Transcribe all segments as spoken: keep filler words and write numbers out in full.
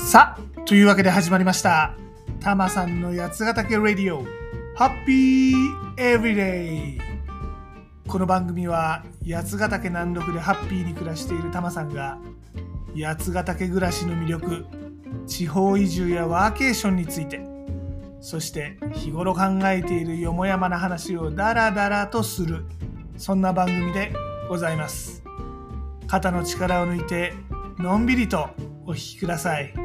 さあ、というわけで始まりましたタマさんの八ヶ岳ラディオハッピーエブリデイ。この番組は八ヶ岳南麓でハッピーに暮らしているタマさんが八ヶ岳暮らしの魅力、地方移住やワーケーションについて、そして日頃考えているよもやまな話をダラダラとする、そんな番組でございます。肩の力を抜いてのんびりとお聞きください。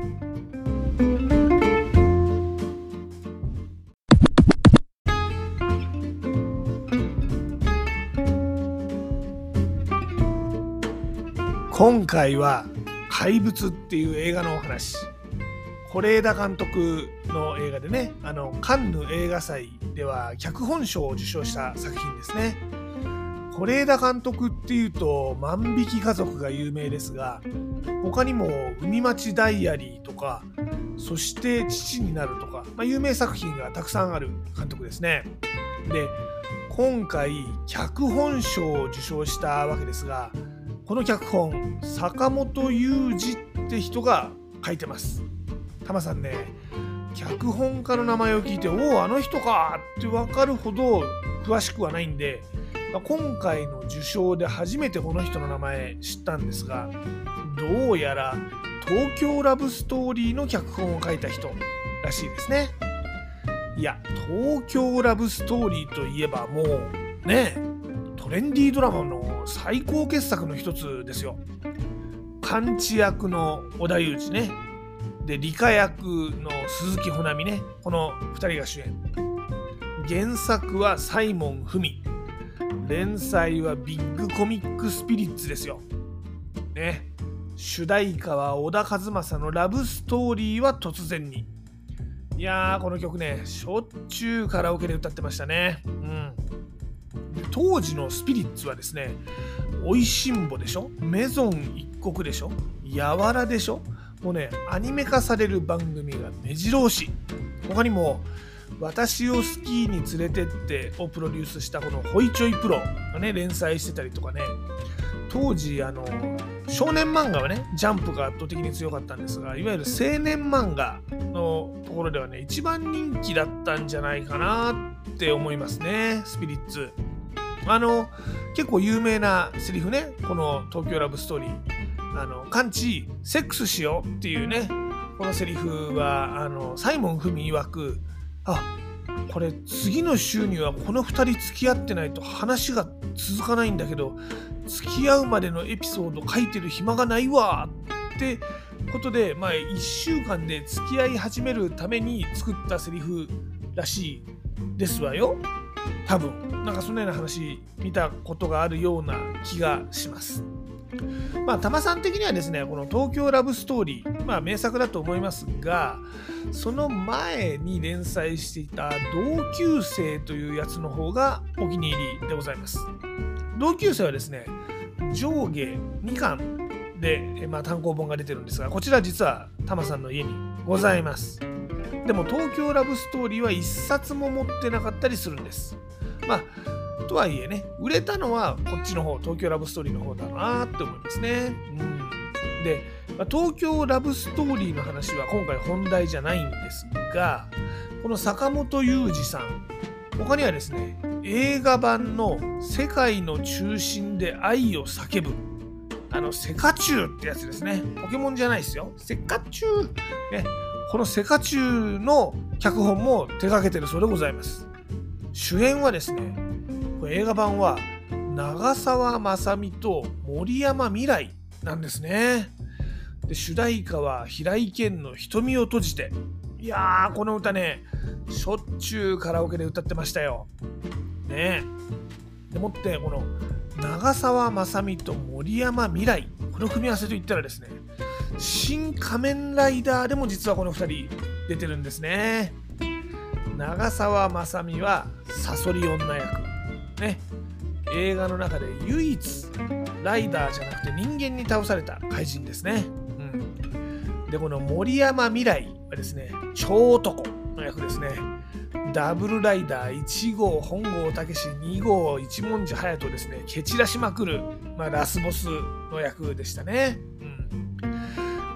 今回は怪物っていう映画のお話。是枝監督の映画でね、あのカンヌ映画祭では脚本賞を受賞した作品ですね。是枝監督っていうと万引き家族が有名ですが、他にも海町ダイアリーとか、そして父になるとか、まあ、有名作品がたくさんある監督ですね。で、今回脚本賞を受賞したわけですが、この脚本坂本雄二って人が書いてます。タマさんね、脚本家の名前を聞いて、おおあの人かって分かるほど詳しくはないんで、今回の受賞で初めてこの人の名前知ったんですが、どうやら東京ラブストーリーの脚本を書いた人らしいですね。いや、東京ラブストーリーといえばもうね、トレンディードラマの最高傑作の一つですよ。カンチ役の織田裕二ね、で理科役の鈴木保奈美ね、このふたりが主演。原作はサイモン・フミ、連載はビッグコミックスピリッツですよ。ね、主題歌は小田和正のラブストーリーは突然に。いやー、この曲ね、しょっちゅうカラオケで歌ってましたね。うん。当時のスピリッツはですね、おいしんぼでしょ、メゾン一国でしょ、やわらでしょ、もうね、アニメ化される番組が目白押し。他にも私をスキーに連れてってをプロデュースしたこのホイチョイプロがね、連載してたりとかね。当時あの少年漫画はね、ジャンプが圧倒的に強かったんですが、いわゆる青年漫画のところではね、一番人気だったんじゃないかなって思いますね、スピリッツ。あの結構有名なセリフね、この東京ラブストーリー、あのカンチセックスしようっていうね、このセリフはあのサイモン・フミ曰く、あ、これ次の週にはこのふたり付き合ってないと話が続かないんだけど、付き合うまでのエピソード書いてる暇がないわってことで、まあいっしゅうかんで付き合い始めるために作ったセリフらしいですわよ。多分なんかそんなような話見たことがあるような気がします。まあタマさん的にはですね、この東京ラブストーリー、まあ名作だと思いますが、その前に連載していた同級生というやつの方がお気に入りでございます。同級生はですね、上下にかんで、まあ、単行本が出てるんですが、こちら実はタマさんの家にございます。でも東京ラブストーリーはいっさつも持ってなかったりするんです。まあとはいえね、売れたのはこっちの方、東京ラブストーリーの方だなって思いますね。うん、で、まあ、東京ラブストーリーの話は今回本題じゃないんですが、この坂本雄二さん、他にはですね、映画版の世界の中心で愛を叫ぶ、あのセカチュウってやつですね。ポケモンじゃないですよ。セカチュウ、ね、このセカチュウの脚本も手掛けてるそうでございます。主演はですね、映画版は長澤まさみと森山未來なんですね。で、主題歌は平井堅の瞳を閉じて。いやー、この歌ね、しょっちゅうカラオケで歌ってましたよ。ねえ。でもってこの長澤まさみと森山未来、この組み合わせといったらですね、新仮面ライダーでも実はこのふたり出てるんですね。長澤まさみはサソリ女役ね、映画の中で唯一ライダーじゃなくて人間に倒された怪人ですね。うん、でこの森山未来はですね、超男の役ですね。ダブルライダーいち号本郷武史、に号一文字隼人をですね、蹴散らしまくる、まあ、ラスボスの役でしたね。うん、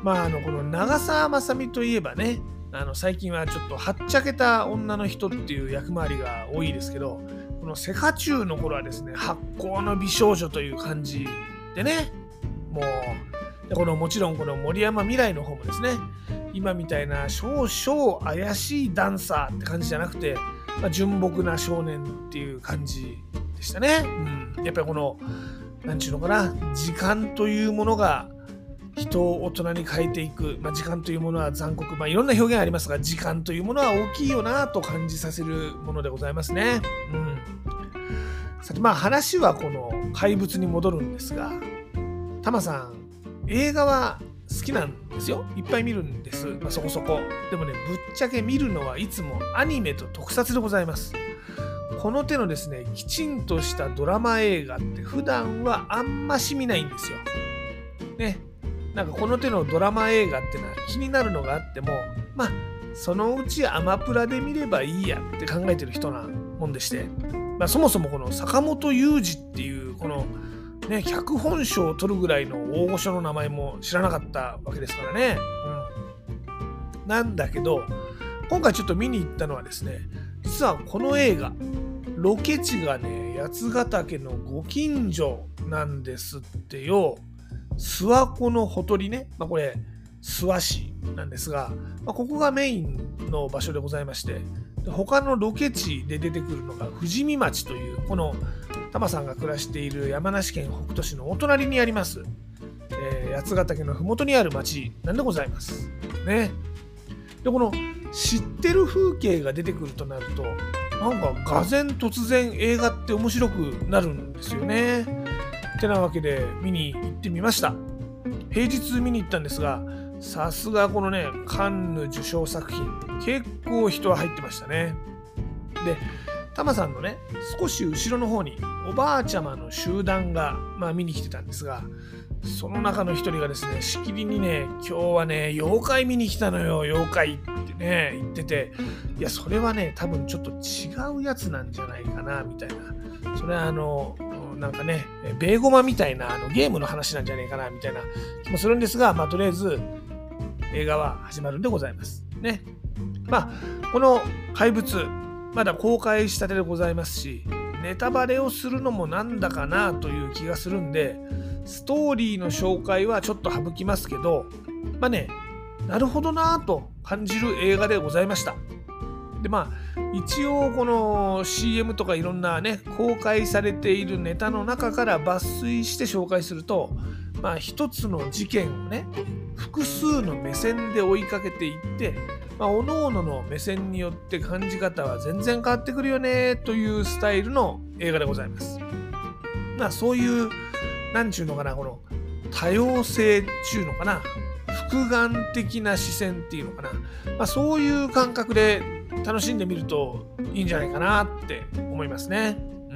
まああのこの長澤まさみといえばね、あの最近はちょっとはっちゃけた女の人っていう役回りが多いですけど、このセカチュウの頃はですね、発酵の美少女という感じでね、もうでこのもちろんこの森山未来の方もですね、今みたいな少々怪しいダンサーって感じじゃなくて、まあ、純朴な少年っていう感じでしたね。うん、やっぱりこのなんちゅうのかな、時間というものが人を大人に変えていく、まあ、時間というものは残酷、まあ、いろんな表現ありますが、時間というものは大きいよなと感じさせるものでございますね。うん、さてまあ話はこの怪物に戻るんですが、タマさん映画は好きなんですよ。いっぱい見るんです、まあ、そこそこ。でもね、ぶっちゃけ見るのはいつもアニメと特撮でございます。この手のですね、きちんとしたドラマ映画って普段はあんまし見ないんですよ。ね。なんかこの手のドラマ映画ってのは気になるのがあっても、まあそのうちアマプラで見ればいいやって考えてる人なもんでして、まあ、そもそもこの坂本雄二っていうこのね、脚本賞を取るぐらいの大御所の名前も知らなかったわけですからね。うん、なんだけど今回ちょっと見に行ったのはですね、実はこの映画ロケ地がね、八ヶ岳のご近所なんですってよ。諏訪湖のほとりね、まあ、これ諏訪市なんですが、まあ、ここがメインの場所でございまして、で他のロケ地で出てくるのが富士見町というこのタマさんが暮らしている山梨県北杜市のお隣にあります、えー、八ヶ岳の麓にある町なんでございますね。でこの知ってる風景が出てくるとなると、なんかがぜん突然映画って面白くなるんですよね。てなわけで見に行ってみました。平日見に行ったんですが、さすがこのねカンヌ受賞作品、結構人は入ってましたね。でタマさんのね少し後ろの方におばあちゃまの集団が、まあ、見に来てたんですが、その中の一人がですね、しきりにね、今日はね妖怪見に来たのよ妖怪ってね言ってて、いやそれはね多分ちょっと違うやつなんじゃないかなみたいな、それはあのなんかねベーゴマみたいなあのゲームの話なんじゃないかなみたいな気もするんですが、まあとりあえず映画は始まるんでございますね。まあこの怪物まだ公開したてでございますし、ネタバレをするのもなんだかなという気がするんで、ストーリーの紹介はちょっと省きますけど、まあね、なるほどなと感じる映画でございました。でまあ一応この シーエム とかいろんなね公開されているネタの中から抜粋して紹介すると、まあ一つの事件をね複数の目線で追いかけていって、まあ、各々の目線によって感じ方は全然変わってくるよねというスタイルの映画でございます。まあそういうなんちゅうのかな、この多様性っちゅうのかな、複眼的な視線っていうのかな、まあ、そういう感覚で楽しんでみるといいんじゃないかなって思いますね。うん、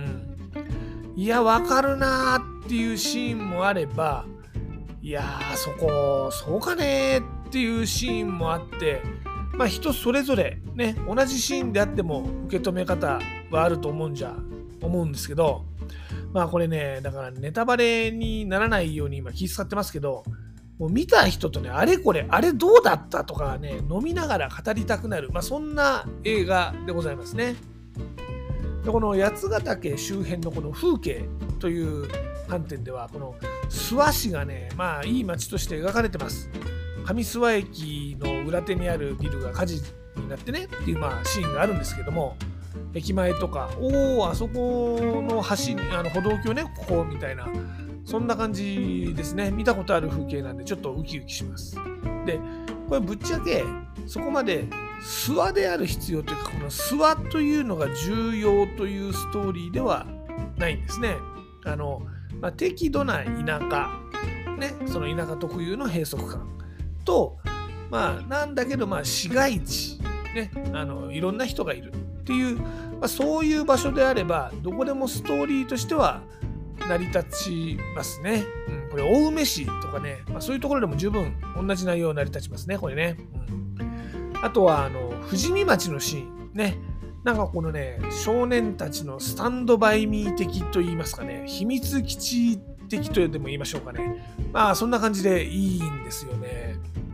いやわかるなーっていうシーンもあれば、いやーそこそうかねーっていうシーンもあって、まあ人それぞれね同じシーンであっても受け止め方はあると思うんじゃ思うんですけど、まあこれねだからネタバレにならないように今気遣ってますけど、もう見た人とねあれこれあれどうだったとかね飲みながら語りたくなる、まあ、そんな映画でございますね。でこの八ヶ岳周辺のこの風景という観点では、この諏訪市がねまあいい街として描かれてます。上諏訪駅の裏手にあるビルが火事になってねっていうまあシーンがあるんですけども、駅前とかおおあそこの橋にあの歩道橋ねここみたいな、そんな感じですね。見たことある風景なんでちょっとウキウキします。でこれぶっちゃけそこまで諏訪である必要というか、この諏訪というのが重要というストーリーではないんですね。あの、まあ、適度な田舎ね、その田舎特有の閉塞感と、まあなんだけどまあ市街地ね、あのいろんな人がいるっていう、まあ、そういう場所であればどこでもストーリーとしては成り立ちますね。うん、これ青梅市とかね、まあ、そういうところでも十分同じ内容成り立ちますねこれね。うん、あとはあの富士見町のシーンね、なんかこのね少年たちのスタンドバイミー的と言いますかね、秘密基地的とでも言いましょうかね、まあそんな感じでいいんですよね。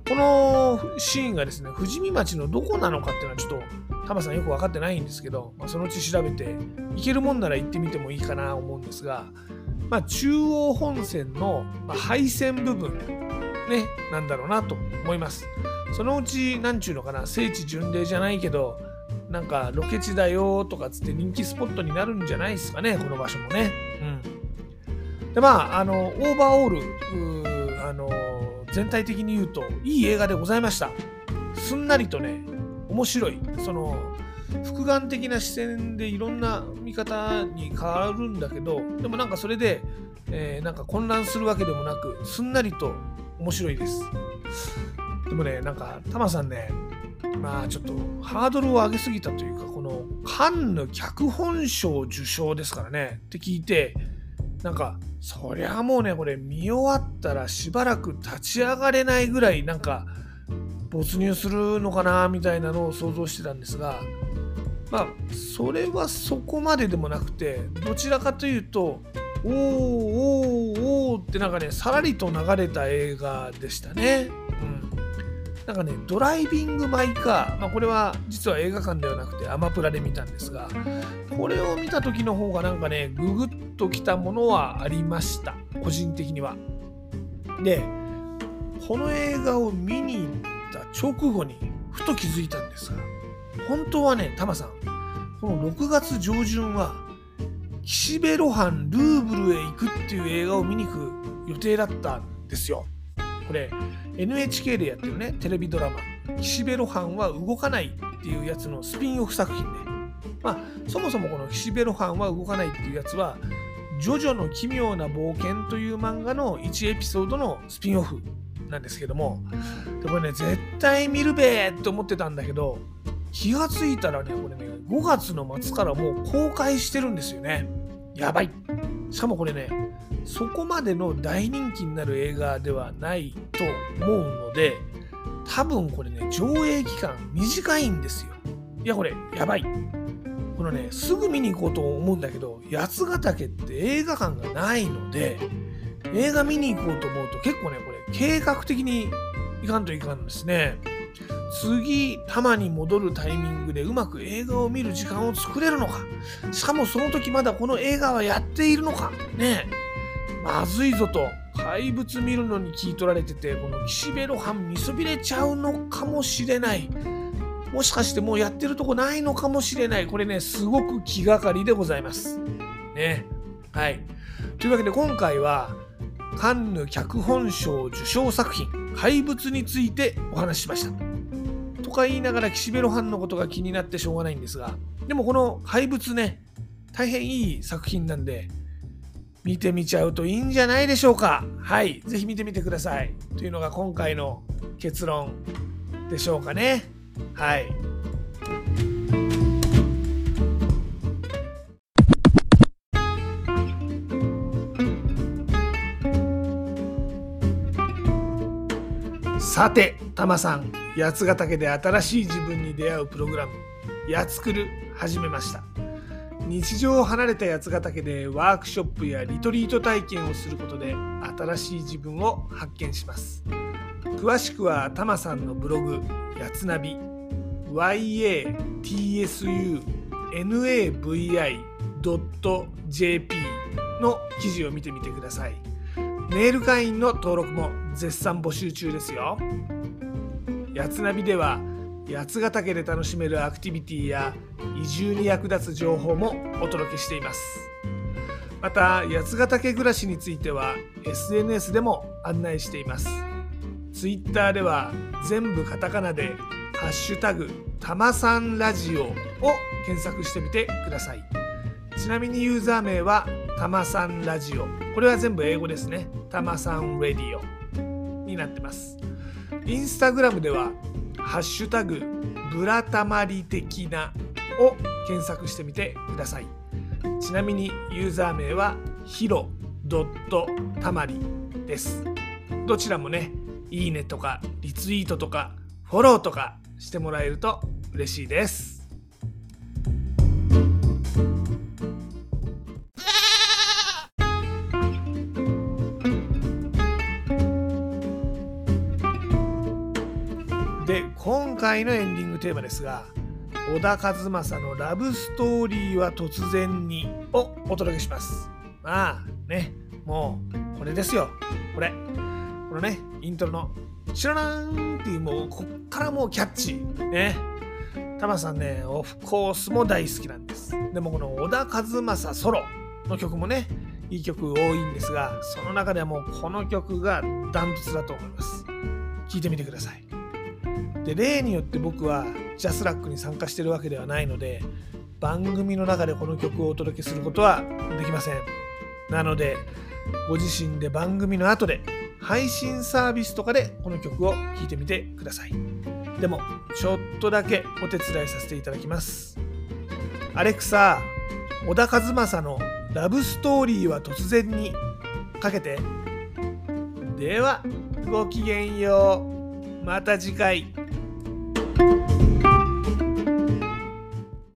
このシーンがですね、富士見町のどこなのかっていうのはちょっとタマさんよく分かってないんですけど、まあ、そのうち調べて行けるもんなら行ってみてもいいかなと思うんですが、まあ、中央本線の廃線部分ね、なんだろうなと思います。そのうちなんちゅうのかな、聖地巡礼じゃないけどなんかロケ地だよとかつって人気スポットになるんじゃないですかね、この場所もね。うん。でまああのオーバーオールーあの全体的に言うといい映画でございました。すんなりとね、面白い、その複眼的な視線でいろんな見方に変わるんだけど、でもなんかそれで、えー、なんか混乱するわけでもなく、すんなりと面白いです。でもね、なんかタマさんね、まあちょっとハードルを上げすぎたというか、このカンヌ脚本賞受賞ですからねって聞いて、なんかそりゃもうね、これ見終わったらしばらく立ち上がれないぐらいなんか没入するのかなみたいなのを想像してたんですが、まあそれはそこまででもなくて、どちらかというとおーおーおーってなんかね、さらりと流れた映画でしたね。うん。なんかね、ドライビング・マイ・カー、まあ、これは実は映画館ではなくてアマプラで見たんですが、これを見た時の方がなんかね、ググッときたものはありました、個人的には。で、この映画を見に行った直後にふと気づいたんですが、本当はね、タマさん、このろくがつ上旬は岸辺露伴ルーブルへ行くっていう映画を見に行く予定だったんですよ。これ エヌエイチケー でやってるね、テレビドラマ岸辺露伴は動かないっていうやつのスピンオフ作品で、まあそもそもこの岸辺露伴は動かないっていうやつはジョジョの奇妙な冒険という漫画のいちエピソードのスピンオフなんですけども、でこれね、絶対見るべーって思ってたんだけど、気がついたらね、これね、ごがつの末からもう公開してるんですよね。やばい。しかもこれね、そこまでの大人気になる映画ではないと思うので、多分これね、上映期間短いんですよ。いやこれやばい。このね、すぐ見に行こうと思うんだけど、八ヶ岳って映画館がないので、映画見に行こうと思うと結構ね、これ計画的にいかんといかんですね。次多摩に戻るタイミングでうまく映画を見る時間を作れるのか、しかもその時まだこの映画はやっているのかねえ、まずいぞと。怪物見るのに聞い取られてて、この岸辺露伴見そびれちゃうのかもしれない、もしかしてもうやってるとこないのかもしれない。これね、すごく気がかりでございますね。はい、というわけで今回はカンヌ脚本賞受賞作品怪物についてお話ししました。とか言いながら岸辺露伴のことが気になってしょうがないんですが、でもこの怪物ね、大変いい作品なんで見てみちゃうといいんじゃないでしょうか。はい、ぜひ見てみてくださいというのが今回の結論でしょうかね。はい。さてタマさん、八ヶ岳で新しい自分に出会うプログラムやつくる始めました。日常を離れた八ヶ岳でワークショップやリトリート体験をすることで新しい自分を発見します。詳しくはタマさんのブログやつナビ ワイエーティーエスユーエヌエーブイアイドットジェーピー の記事を見てみてください。メール会員の登録も絶賛募集中ですよ。やつナビでは八ヶ岳で楽しめるアクティビティや移住に役立つ情報もお届けしています。また八ヶ岳暮らしについては エスエヌエス でも案内しています。ツイッターでは全部カタカナでハッシュタグたまさんラジオを検索してみてください。ちなみにユーザー名はたまさんラジオ、これは全部英語ですね。たまさんレディオになってます。インスタグラムではハッシュタグブラタマリ的なを検索してみてください。ちなみにユーザー名はヒロドットタマリです。どちらもね、いいねとかリツイートとかフォローとかしてもらえると嬉しいです。 で今回のエンディングテーマですが、小田和正のラブストーリーは突然にをお届けします。まあね、もうこれですよ。これこのねイントロの知らなんっていう、もうこっからもうキャッチーね。タマさんね、オフコースも大好きなんです。でもこの小田和正ソロの曲もね、いい曲多いんですが、その中ではもうこの曲がダントツだと思います。聴いてみてください。で、例によって僕はジャスラックに参加してるわけではないので、番組の中でこの曲をお届けすることはできません。なのでご自身で番組の後で配信サービスとかでこの曲を聴いてみてください。でもちょっとだけお手伝いさせていただきます。アレクサ、小田和正のラブストーリーは突然にかけて。ではごきげんよう。また次回。